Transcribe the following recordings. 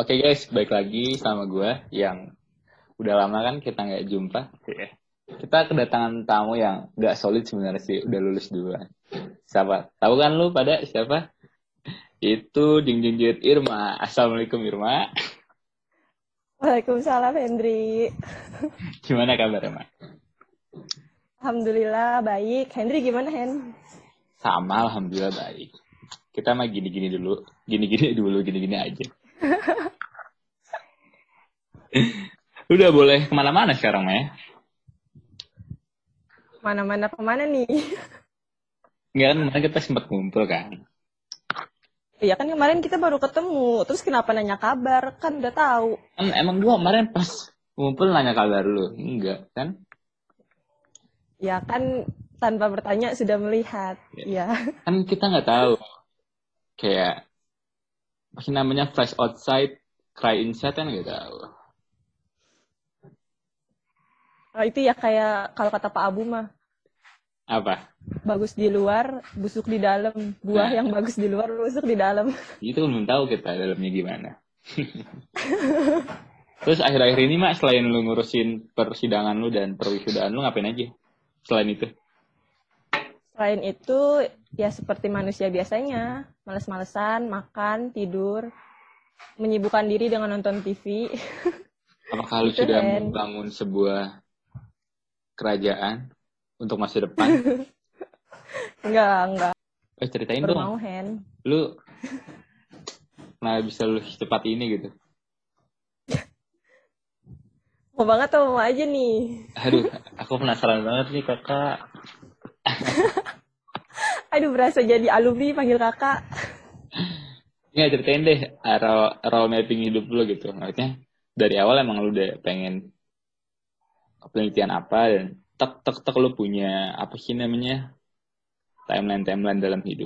Oke guys, balik lagi sama gue yang udah lama kan kita nggak jumpa. Kita kedatangan tamu yang nggak solid sebenarnya sih, udah lulus duluan. Siapa? Tahu kan lu pada siapa? Itu Jingjit Irma. Assalamualaikum Irma. Waalaikumsalam Hendri. Gimana kabar Irma? Alhamdulillah baik. Hendri gimana Hen? Sama, alhamdulillah baik. Kita mah gini-gini gini-gini aja. Udah boleh kemana-mana sekarang ya? Mana-mana kemana nih? Enggak kan kemarin kita sempat ngumpul kan? Iya kan kemarin kita baru ketemu. Terus kenapa nanya kabar? Kan udah tahu. Kan emang gua kemarin pas ngumpul nanya kabar lu. Enggak kan? Ya kan tanpa bertanya sudah melihat. Ya. Kan kita nggak tahu. Kayak apa namanya fresh outside, cry inside kan nggak tahu. Oh, itu ya kayak kalau kata Pak Abu mah. Apa? Bagus di luar, busuk di dalam. Buah yang bagus di luar, busuk di dalam. Itu belum tahu kita dalamnya gimana. Terus akhir-akhir ini Mak, selain lu ngurusin persidangan lu dan perwisudaan lu ngapain aja? Selain itu? Selain itu, ya seperti manusia biasanya. Males-malesan, makan, tidur. Menyibukkan diri dengan nonton TV. Apakah lu sudah membangun sebuah kerajaan untuk masa depan? Enggak. Ceritain Baru dong. mau, Hen. Lu nah bisa lu secepat ini gitu. Mau banget atau mau aja nih? Aduh, aku penasaran banget nih kakak. Aduh, berasa jadi alumni panggil kakak. Nggak, ceritain deh role mapping hidup lu gitu. Maksudnya dari awal emang lu udah pengen penelitian apa dan tek lu punya apa sih namanya timeline dalam hidup.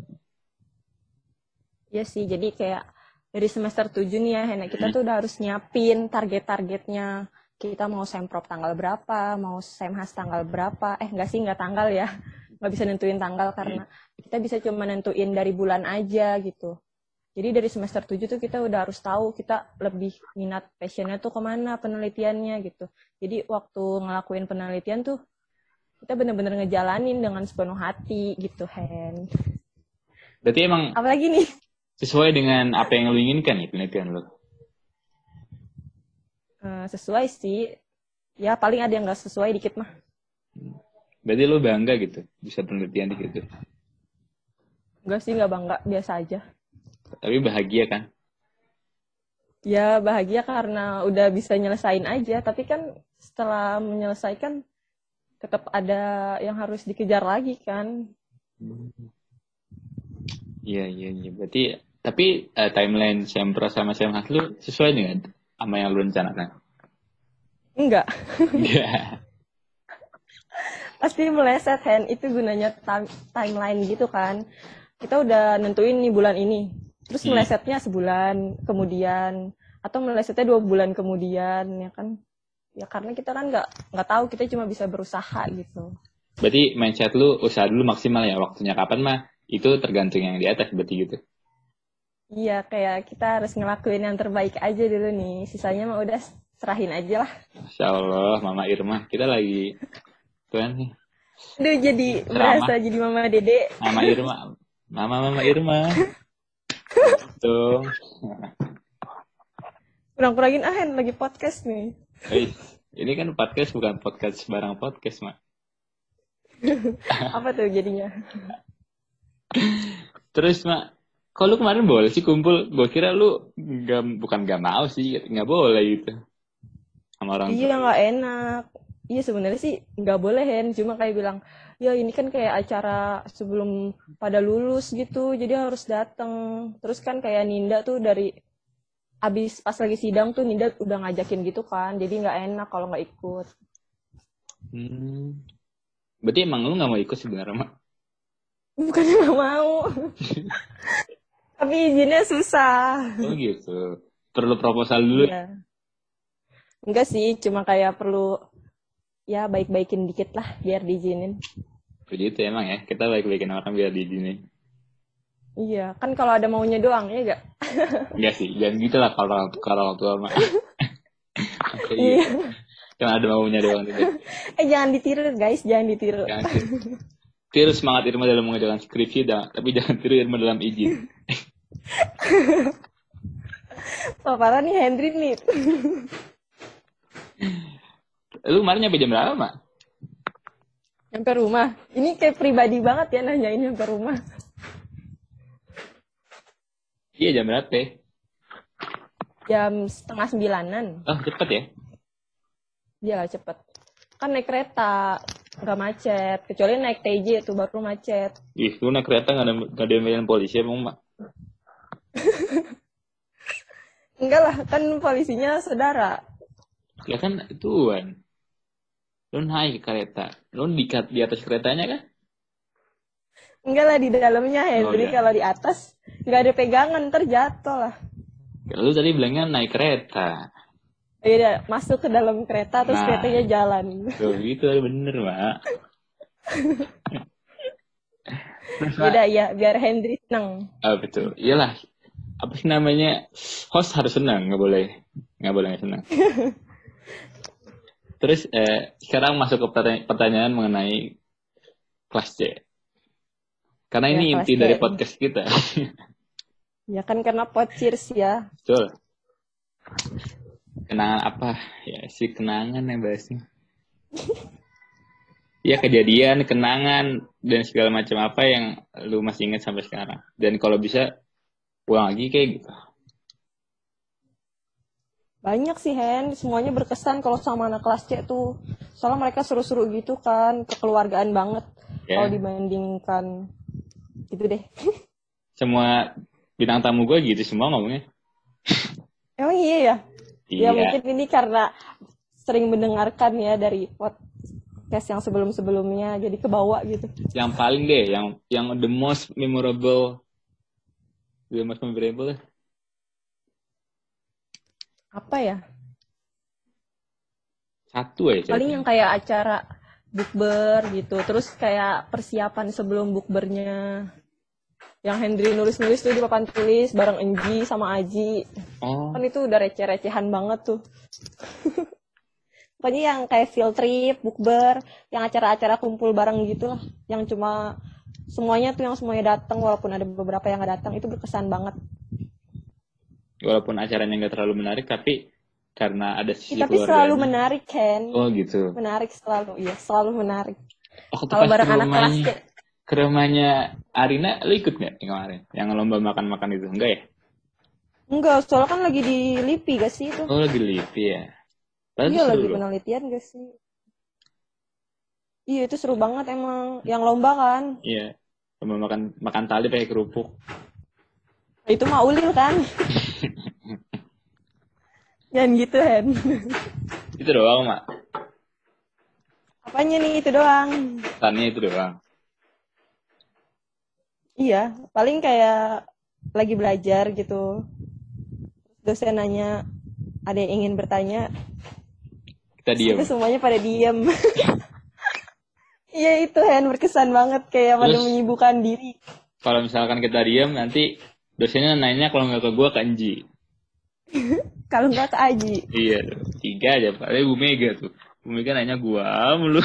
Ya sih, jadi kayak dari semester 7 nih ya, Hena, kita tuh udah harus nyiapin target-targetnya. Kita mau semprop tanggal berapa, mau semhas tanggal berapa. Enggak tanggal ya. Nggak bisa nentuin tanggal karena kita bisa cuma nentuin dari bulan aja gitu. Jadi dari semester 7 tuh kita udah harus tahu kita lebih minat passionnya tuh kemana penelitiannya gitu. Jadi waktu ngelakuin penelitian tuh kita bener-bener ngejalanin dengan sepenuh hati gitu, Hen. Berarti emang apalagi nih? Sesuai dengan apa yang lu inginkan ya penelitian lu? Sesuai sih. Ya paling ada yang nggak sesuai dikit mah. Berarti lu bangga gitu bisa penelitian di situ? Enggak sih, nggak bangga, biasa aja. Tapi bahagia kan? Ya bahagia karena udah bisa nyelesain aja. Tapi kan setelah menyelesaikan tetap ada yang harus dikejar lagi kan. Iya. Berarti tapi timeline sempro sama semhas lu sesuai dengan sama yang lu rencanakan? Enggak. Iya. Pasti meleset, Hen. Itu gunanya timeline gitu kan. Kita udah nentuin nih bulan ini. Terus melesetnya sebulan kemudian. Atau melesetnya 2 bulan kemudian, ya kan. Ya karena kita kan nggak tahu, kita cuma bisa berusaha gitu. Berarti mindset lu usaha dulu maksimal ya, waktunya kapan mah itu tergantung yang di atas berarti gitu. Iya, kayak kita harus ngelakuin yang terbaik aja dulu nih. Sisanya mah udah serahin aja lah. Masya Allah, Mama Irma. Kita lagi tuan nih. Aduh, jadi berasa jadi Mama Dede. Mama Irma. Tuh. Kurang-kurangin Hen, lagi podcast nih. Ini kan podcast bukan podcast sembarang podcast, Mak. Apa tuh jadinya? Terus, Mak, kalau lu kemarin boleh sih kumpul, gue kira lu bukan gak mau sih, nggak boleh gitu sama orang tua. Iya, nggak enak. Iya sebenarnya sih nggak boleh, Hen. Cuma kayak bilang, ya ini kan kayak acara sebelum pada lulus gitu, jadi harus datang. Terus kan kayak Ninda tuh dari abis pas lagi sidang tuh Ninda udah ngajakin gitu kan, jadi nggak enak kalau nggak ikut. Berarti emang lu nggak mau ikut sebenarnya, Mak? Bukannya nggak mau. Tapi izinnya susah. Oh gitu. Perlu proposal dulu? Iya. Enggak sih, cuma kayak perlu ya baik-baikin dikit lah biar diizinin. Begitu emang ya, kita baik-baikin orang biar diizinin. Iya, kan kalau ada maunya doang, ya gak? Enggak sih, jangan gitu lah kalau orang tua mah. Oke, Iya. cuma ada maunya doang tidak. Jangan ditiru guys, jangan ditiru. Jangan tiru semangat Irma dalam mengerjakan skripsi, tapi jangan tiru Irma dalam izin. Wah, parah nih Hendry nih. Lu kemarin nyampe jam berapa, Mak? Nyampe rumah. Ini kayak pribadi banget ya nanyain nyampe rumah. Iya, jam berapa? Jam 8:30-an. Oh, cepet ya? Iya, cepet. Kan naik kereta, nggak macet. Kecuali naik TJ itu baru macet. Ih, lu naik kereta nggak ada yang polisi emang, Mak? Enggak lah, kan polisinya saudara. Ya kan, tuan. Lu naik kereta. Lu di atas keretanya kan? Enggak lah, di dalamnya Hendry. iya. Kalau di atas nggak ada pegangan, ntar jatuh lah. Lu tadi bilangnya naik kereta. Iya, masuk ke dalam kereta terus keretanya jalan. Tuh, gitu bener, Mak. Beda ya, biar Hendry seneng. Oh, betul. Iyalah. Apa sih namanya? Host harus senang, nggak boleh nggak senang. Terus sekarang masuk ke pertanyaan mengenai kelas C. Karena Ya, ini kelas inti C. dari podcast kita. Ya kan karena Podcheers ya. Betul. Kenangan apa? Ya si kenangan yang bahasnya. Ya kejadian, kenangan, dan segala macam apa yang lu masih ingat sampai sekarang. Dan kalau bisa ulang lagi kayak gitu. Banyak sih Hen, semuanya berkesan kalau sama anak kelas C tuh. Soalnya mereka seru-seru gitu kan, kekeluargaan banget. Ya. Kalau dibandingkan gitu deh. Semua bintang tamu gue gitu semua ngomongnya. Emang iya ya? Iya. Ya mungkin ini karena sering mendengarkan ya dari podcast yang sebelum-sebelumnya, jadi kebawa gitu. Yang paling deh, yang the most memorable Apa ya? Satu aja. Paling yang kayak acara bukber gitu, terus kayak persiapan sebelum bukbernya. Yang Hendry nulis-nulis tuh di papan tulis bareng Enji sama Aji. Oh. Kan itu udah receh-recehan banget tuh. Pokoknya yang kayak field trip, bukber, yang acara-acara kumpul bareng gitu lah. Yang cuma semuanya datang walaupun ada beberapa yang gak datang, itu berkesan banget. Walaupun acaranya nggak terlalu menarik, tapi karena ada sisi tapi selalu menarik, Ken. Oh gitu. Menarik selalu, iya selalu menarik. Oh, kalau bareng anak kelas ke rumahnya Arina, lu ikut nggak yang kemarin? Yang lomba makan-makan itu, enggak ya? Enggak, soalnya kan lagi di LIPI gak sih itu? Oh, lagi LIPI ya? Iya, lagi penelitian gak sih? Iya, itu seru banget emang. Yang lomba kan? Iya, lomba makan tali pakai kerupuk. Itu mah Ulil kan? Jangan gitu, Hen. Itu doang, Mak. Apanya nih itu doang? Tanya itu doang. Iya, paling kayak lagi belajar gitu. Dosen nanya, ada yang ingin bertanya. Kita diam. Itu semuanya pada diam. Iya itu Hen, berkesan banget kayak pada menyibukkan diri. Kalau misalkan kita diam, nanti dosennya nanya kalau nggak ke gue ke Enji. Kalau nggak ke Aji. Iya, 3 aja Pak. Bu Mega tuh. Bu Mega nanya gue mulu.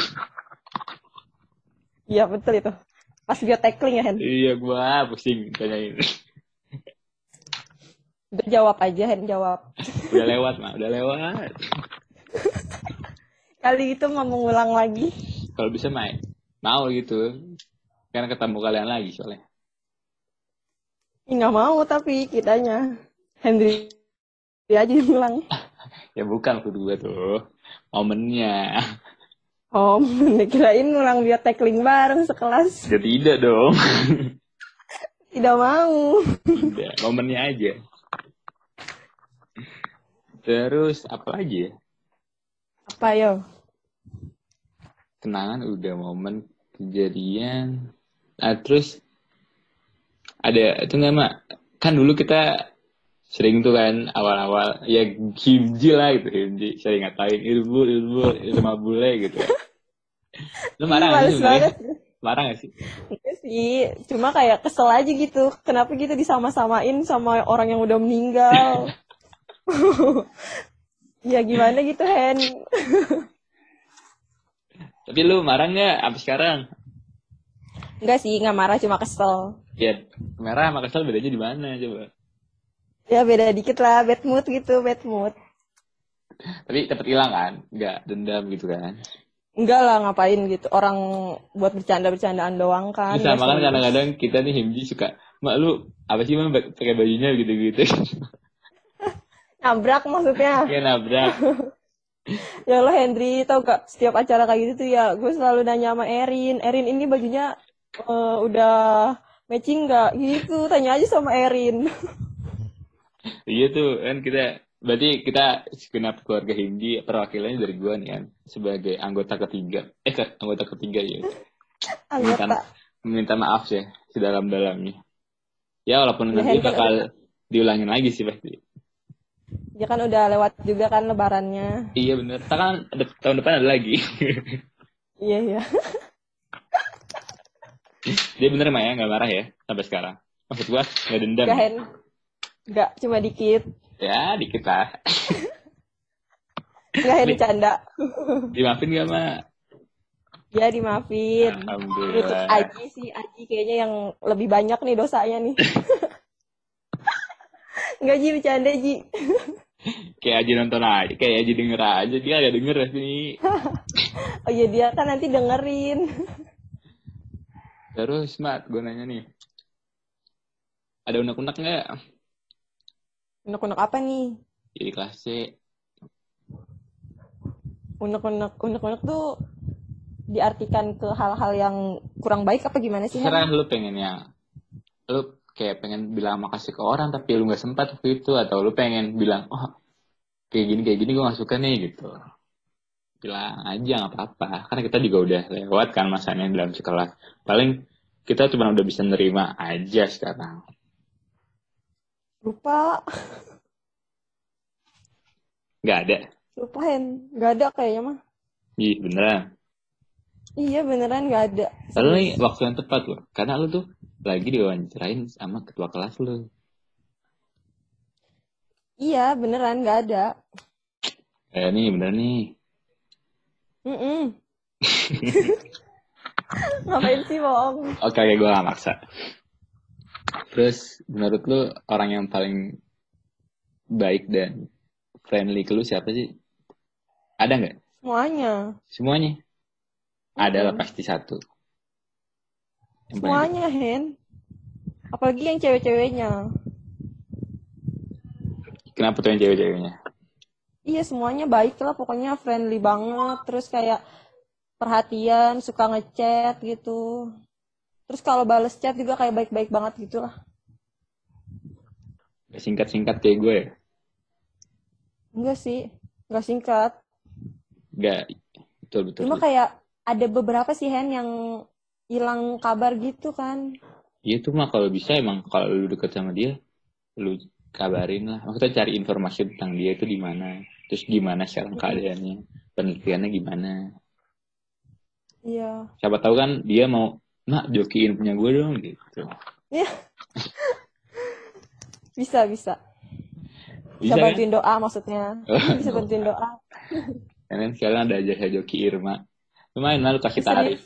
Iya betul itu. Pas dia tackling ya Hen. Iya, gue pusing tanyain. Udah jawab aja Hen, jawab. Udah lewat, Mak. Udah lewat. Kali itu mau mengulang lagi. Kalau bisa main. Mau gitu. Karena ketemu kalian lagi soalnya. Nggak mau tapi kitanya. Hendry dia aja bilang. Ya bukan aku gue tuh. Momennya. Oh, kirain ngulang dia tackling bareng sekelas. Ya tidak dong. Tidak mau. Tidak, momennya aja. Terus apa lagi ya? Apa yo? Kenangan udah, momen kejadian. Terus ada itu nggak Mak? Kan dulu kita sering tuh kan awal-awal ya himji lah gitu, himji sering ngatain ilmu sama bule gitu. Lu marah nggak sih? Marah nggak sih? Enggak sih. sih, cuma kayak kesel aja gitu. Kenapa kita disama-samain sama orang yang udah meninggal? Ya gimana gitu, Hen? Tapi lu marah nggak sampai sekarang? Enggak sih, nggak marah, cuma kesel. Ya, merah sama kesel bedanya di mana coba? Ya beda dikit lah, bad mood gitu, bad mood. Tapi cepet hilang kan? Nggak dendam gitu kan? Enggak lah, ngapain gitu. Orang buat bercanda-bercandaan doang kan, Ini nggak sama kan serius. kadang-kadang kita nih Himji suka, mak lu apa sih mah pakai bajunya gitu-gitu. Nabrak maksudnya. Kayak nabrak. Ya Allah Henry, tau gak setiap acara kayak gitu tuh ya, gue selalu nanya sama Erin. Erin ini bajunya udah matching nggak? Gitu, tanya aja sama Erin. Iya tuh kan kita, berarti kita segenap keluarga Himji perwakilannya dari gua nih kan sebagai anggota ketiga. Anggota ketiga ya. Meminta, Anggota. meminta maaf ya sedalam-dalamnya. Ya walaupun Ya nanti Hen kan bakal udah, diulangin lagi sih pasti. ya kan udah lewat juga kan lebarannya. Iya bener. Kita kan tahun depan ada lagi. Iya iya. Dia bener mah ya nggak marah ya sampai sekarang. Maksud gua nggak dendam Gak ya. Hen, gak cuma dikit. Ya dikit lah. Gak Hen Tapi canda. dimaafin gak mak? Ya dimaafin. Untuk Alhamdulillah. Aji sih, Aji kayaknya yang lebih banyak nih dosanya nih. Enggak Ji, bercanda Ji. Kayak aja nonton aja, kayak aja denger aja. Dia agak denger sih. Oh iya dia kan nanti dengerin. Terus mat, gue nanya nih. Ada unek-unek nggak? Unek-unek apa nih? Jadi kelas C. Unek-unek tuh diartikan ke hal-hal yang kurang baik apa gimana sih Serah Hen? lu pengennya. Lu kayak pengen bilang makasih ke orang tapi lu nggak sempat waktu itu. Atau lu pengen bilang, oh kayak gini gue gak suka nih gitu. Bilang aja nggak apa-apa. Karena kita juga udah lewat kan masanya dalam sekelas. Paling kita cuma udah bisa nerima aja sekarang. Lupa, Nggak ada. lupa Hen. Gak ada kayaknya mah. Ih beneran. Iya beneran gak ada. Padahal ini Serius. waktu yang tepat loh. Karena lu tuh lagi diwawancarain sama ketua kelas lu. Iya beneran gak ada. Nih bener nih. Mm-mm. Ngapain sih bohong? Oke, gue gak maksa. Terus menurut lu orang yang paling baik dan friendly ke lu siapa sih? Ada nggak? Semuanya. Semuanya? Ada lah Mm-mm. pasti satu. Yang paling Semuanya Hen. Apalagi yang cewek-ceweknya. kenapa tuh yang cewek-ceweknya? Iya semuanya baik lah pokoknya friendly banget. Terus kayak perhatian, suka ngechat gitu. Terus kalau bales chat juga kayak baik-baik banget gitu lah. Gak singkat-singkat kayak gue ya? Enggak sih, enggak singkat. Gak, betul-betul. Cuma kayak ada beberapa sih Hen yang hilang kabar gitu kan. Iya tuh mah kalau bisa emang kalau lu deket sama dia, lu kabarin lah. Maksudnya cari informasi tentang dia itu di mana. Terus gimana sekarang keadaannya. Penelitiannya gimana. Iya. Siapa tahu kan dia mau, nak jokiin punya gue dong gitu. Iya, bisa. Bisa Bisa kan? bantuin doa maksudnya. Bisa bantuin doa. Dan sekarang ada jasa joki Irma. Lumayan lah lu kasih tarif.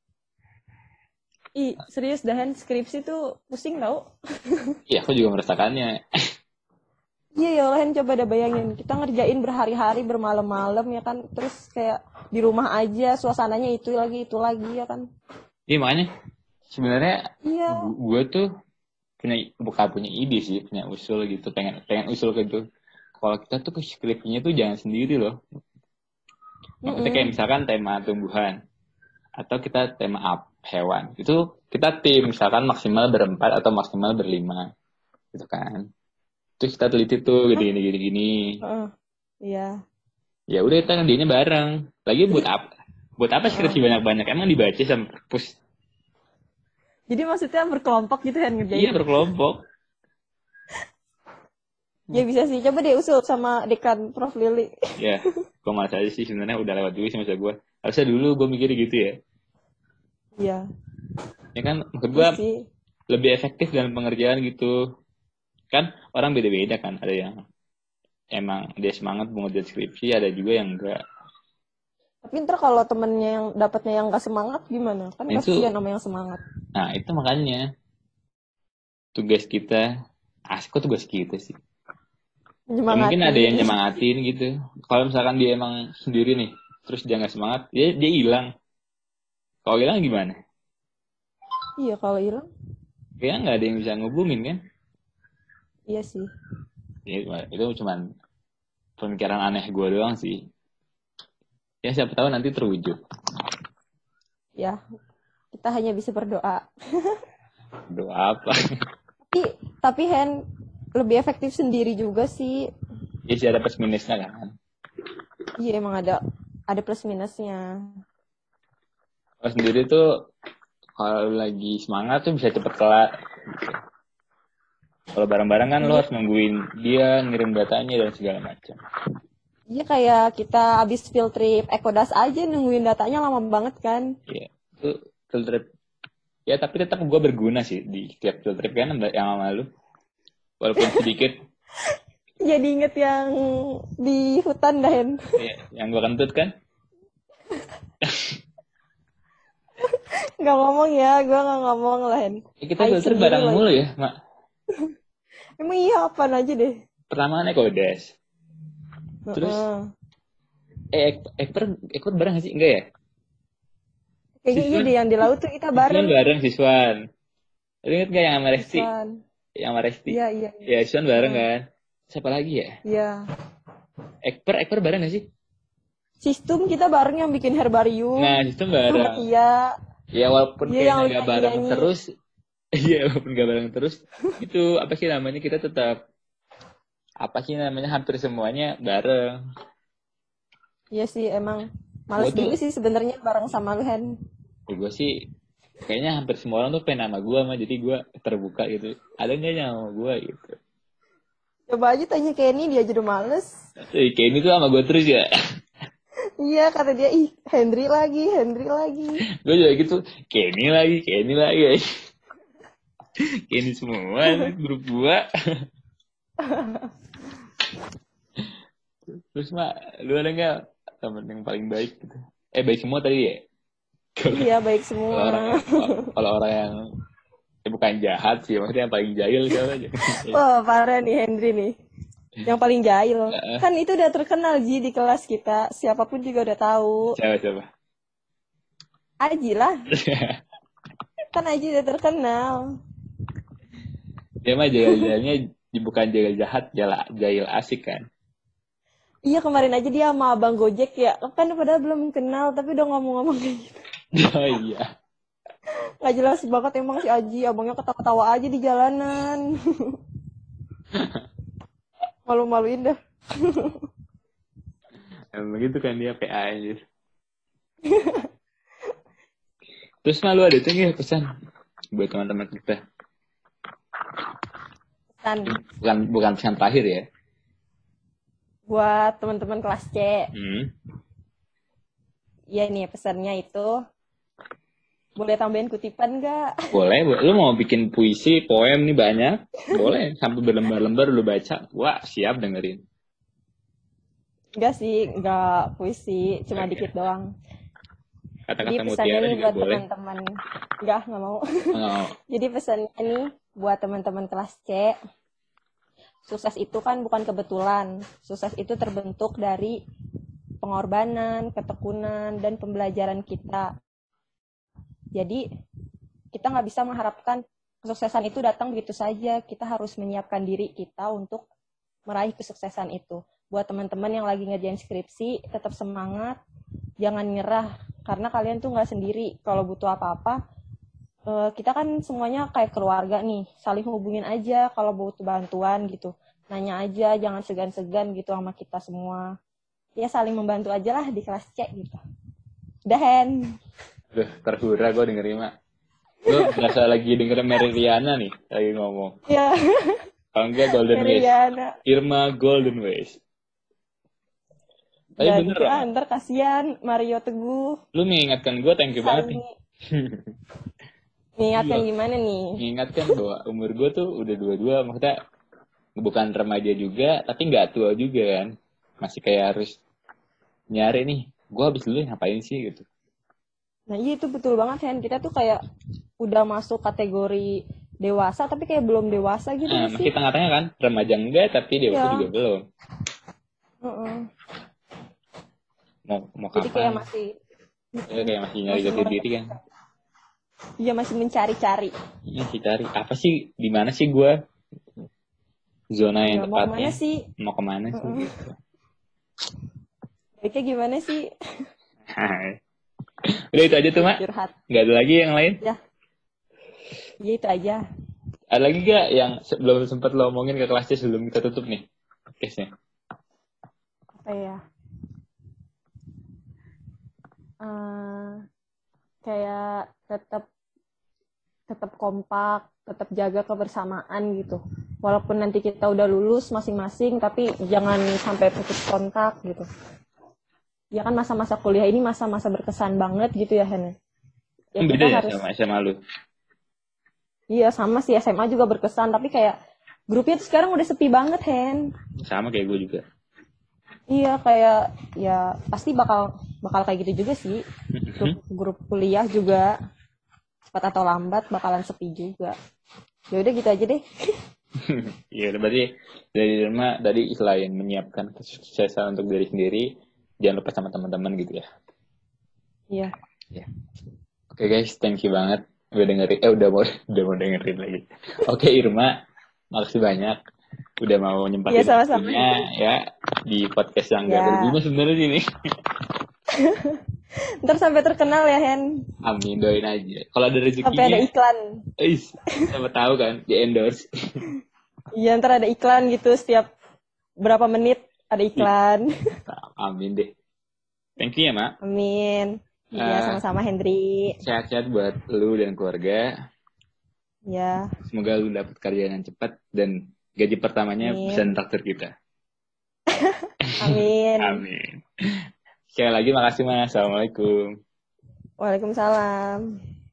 Serius dah Hen, skripsi tuh pusing tau. Iya aku juga merasakannya. Iya ya Allah Hen, coba dah bayangin. Kita ngerjain berhari-hari, bermalam-malam ya kan. Terus kayak di rumah aja, suasananya itu lagi ya kan. Iya makanya sebenarnya Iya. gue tuh bukan punya ide sih, punya usul gitu, pengen usul gitu. Kalau kita tuh ke skripsinya tuh jangan sendiri loh. Maksudnya kayak misalkan tema tumbuhan atau kita tema hewan. Itu kita tim misalkan maksimal berempat atau maksimal berlima gitu kan. Terus kita teliti tuh gini. Iya. Ya udah kita ngerjainnya bareng. Lagi buat apa? Buat apa skripsi banyak-banyak? Emang dibaca sama perpus? Jadi maksudnya berkelompok gitu kan ngerjain? Iya berkelompok. Ya bisa sih. Coba deh usul sama dekan Prof. Lili. Ya, gue malas aja sih sebenarnya udah lewat dulu sih masa gue. Harusnya dulu gue mikir gitu ya. Iya. Ya kan, maksud Iya gue sih. lebih efektif dalam pengerjaan gitu. Kan orang beda-beda kan. Ada yang emang dia semangat mengerjakan skripsi, ada juga yang enggak. Tapi ntar kalau temennya yang dapatnya yang gak semangat gimana? Kan Nah kasihan itu, sama yang semangat. nah itu makanya tugas kita, kok tugas kita sih? Ya mungkin ada yang Nyemangatin. nyemangatin gitu. Kalau misalkan dia emang sendiri nih, terus dia nggak semangat, dia hilang. Kalau hilang gimana? Iya kalau hilang. Kayaknya nggak ada yang bisa ngubungin kan? Iya sih. Ya, itu cuman pemikiran aneh gue doang sih. Ya siapa tahu nanti terwujud. Ya, kita hanya bisa berdoa. Doa apa? Tapi tapi Hen lebih efektif sendiri juga sih. Ya sih ada plus minusnya kan. Iya emang ada plus minusnya. Kalau sendiri tuh kalau lagi semangat tuh bisa cepet kelar. Kalau bareng-bareng kan lo Iya, harus nungguin dia ngirim datanya dan segala macam. iya kayak kita habis field trip Ekodas aja nungguin datanya lama banget kan. Iya, itu field trip. Ya tapi tetap gue berguna sih di tiap field trip kan yang sama lu. Walaupun sedikit, Jadi inget yang di hutan dah Hen. ya, yang gue kentut kan. Nggak ngomong ya, gue nggak ngomong lah Hen. Ya, kita Aib field trip sendiri bareng mulu lagi. ya, Mak. Emang iya apaan aja deh. Pertama kan Ekodes. Terus, Heeh. Ekor bareng gak sih? Enggak ya? Kayaknya iya Siswan, deh yang di laut tuh kita Siswan bareng. bareng Siswan. Lu inget gak yang sama Resti? Siswan. Yang sama Resti. Iya, iya, iya. Ya, Siswan bareng Heeh. kan. Siapa lagi ya? Iya. Ekor bareng gak sih? Sistem kita bareng yang bikin herbarium Nah, Sistem sama bareng. Tia. Ya, walaupun Dia yang kayaknya lu gak bareng nyanyi-nyanyi. terus. Iya, walaupun gak bareng terus. Itu, apa sih namanya, kita tetap, apa sih namanya, hampir semuanya bareng. Iya sih emang Gue males tuh, juga sih sebenarnya bareng sama lu Hen. ya gue sih, kayaknya hampir semua orang tuh pengen sama gue mah. Jadi gue terbuka gitu. Ada nggak yang sama gue gitu. Coba aja tanya Kenny dia jadi males. Kayak ini tuh sama gue terus ya. Iya kata dia ih Hendry lagi, Hendry lagi. Gue juga gitu, kayak ini lagi. Kayak ini semua grup gue. Terus mak, lu ada nggak temen yang paling baik gitu? Baik semua tadi ya. Iya baik Kalau semua. orang yang, kalau orang yang bukan jahat sih, maksudnya yang paling jahil siapa aja. Wah parah nih Hendry nih. Yang paling jahil. Kan itu udah terkenal Ji di kelas kita. Siapapun juga udah tahu. Siapa? Aji lah. Kan Aji udah terkenal. Dia mah jahil-jahilnya bukan jahil jahat, jahil asik kan. Iya kemarin aja dia sama abang Gojek ya. Kan padahal belum kenal tapi udah ngomong-ngomong kayak gitu. Oh iya. Gak jelas banget emang si Aji. Abangnya ketawa-tawa aja di jalanan. Malu-maluin dah. Emang begitu kan dia PA aja. Terus malu ada tuh nggak pesan buat teman-teman kita? Pesan Bukan pesan terakhir ya. buat teman-teman kelas C. Hmm. Iya nih pesannya itu. Boleh tambahin kutipan gak? Boleh. Lu mau bikin puisi, poem nih banyak. Boleh. Sampai berlembar-lembar lu baca. Wah, siap dengerin. Enggak sih, enggak puisi. Cuma Oke. dikit doang. Jadi Kata-kata pesannya mutiara nih juga buat boleh. teman-teman. Enggak mau. Oh, Jadi pesannya nih buat teman-teman kelas C. Sukses itu kan bukan kebetulan. Sukses itu terbentuk dari pengorbanan, ketekunan, dan pembelajaran kita. Jadi kita nggak bisa mengharapkan kesuksesan itu datang begitu saja. Kita harus menyiapkan diri kita untuk meraih kesuksesan itu. Buat teman-teman yang lagi ngerjain skripsi, tetap semangat, jangan nyerah. Karena kalian tuh nggak sendiri. Kalau butuh apa-apa, kita kan semuanya kayak keluarga nih, saling hubungin aja kalau butuh bantuan gitu. Nanya aja, jangan segan-segan gitu sama kita semua. Ya saling membantu aja lah di kelas C gitu. Dahen. aduh, terhura gue dengerin mak. Gue berasa lagi dengerin Mary Riana nih lagi ngomong. Ya, Kalau enggak Golden Ways. Meriana. Irma Golden Ways. Tapi bener Ganti mak. ntar kasihan Mario Teguh. Lu mengingatkan gue, thank you banget nih. Saini. Mengingatkan Iya. gimana nih? Mengingatkan bahwa umur gue tuh udah 22, maksudnya bukan remaja juga, tapi nggak tua juga kan. Masih kayak harus nyari nih, gue habis dulu ngapain sih gitu. Nah iya itu betul banget Hen. Kita tuh kayak udah masuk kategori dewasa tapi kayak belum dewasa gitu gak Masih sih? tengah-tengah kan, remaja enggak, tapi dewasa juga Iya. belum. Heeh. Mau Jadi kayak kapan? masih Ya kayak masih nyari masih jati diri kan. iya masih mencari-cari. Masih cari, apa sih, di mana sih gue? Zona Iya yang mau kemana tepatnya, sih? mau kemana sih Heeh. gitu. Baiknya gimana sih? Udah itu aja tuh, Mak. Curhat. Nggak ada lagi yang lain? Ya, iya itu aja. Ada lagi gak yang belum sempat lo omongin ke kelasnya sebelum kita tutup nih case-nya? Apa ya? Eh, kayak tetap tetap kompak, tetap jaga kebersamaan gitu. Walaupun nanti kita udah lulus masing-masing, tapi jangan sampai putus kontak gitu. Ya kan masa-masa kuliah ini masa-masa berkesan banget gitu ya Hen. Ya Beda kita ya harus, sama SMA lu? iya sama sih SMA juga berkesan, tapi kayak grupnya tuh sekarang udah sepi banget Hen. Sama kayak gue juga. Iya kayak ya pasti bakal bakal kayak gitu juga sih. Grup kuliah juga cepat atau lambat bakalan sepi juga. Ya udah gitu aja deh. Iya, berarti dari Irma tadi selain menyiapkan kesuksesan untuk diri sendiri, jangan lupa sama teman-teman gitu ya. Iya. Ya. Oke guys, thank you banget udah dengerin. Udah mau dengerin lagi. Oke Irma, makasih banyak udah mau Iya nyempatin sama-sama waktunya Hendrik. ya di podcast yang gak Ya. berguna sebenarnya sini. Ntar sampai terkenal ya Hen. Amin, doain aja. Kalau ada Sampai ada rezekinya, iklan. siapa tahu kan di endorse. Iya ntar ada iklan gitu setiap berapa menit ada iklan. Amin deh. Thank you ya, Mak. Amin. Iya Eh, sama-sama Hendri. sehat-sehat buat lu dan keluarga. Ya, Semoga lu dapat kerjaan yang cepat dan gaji pertamanya bisa amin. traktir kita. Amin. Amin. Sekali lagi makasih Mas. Assalamualaikum. Waalaikumsalam.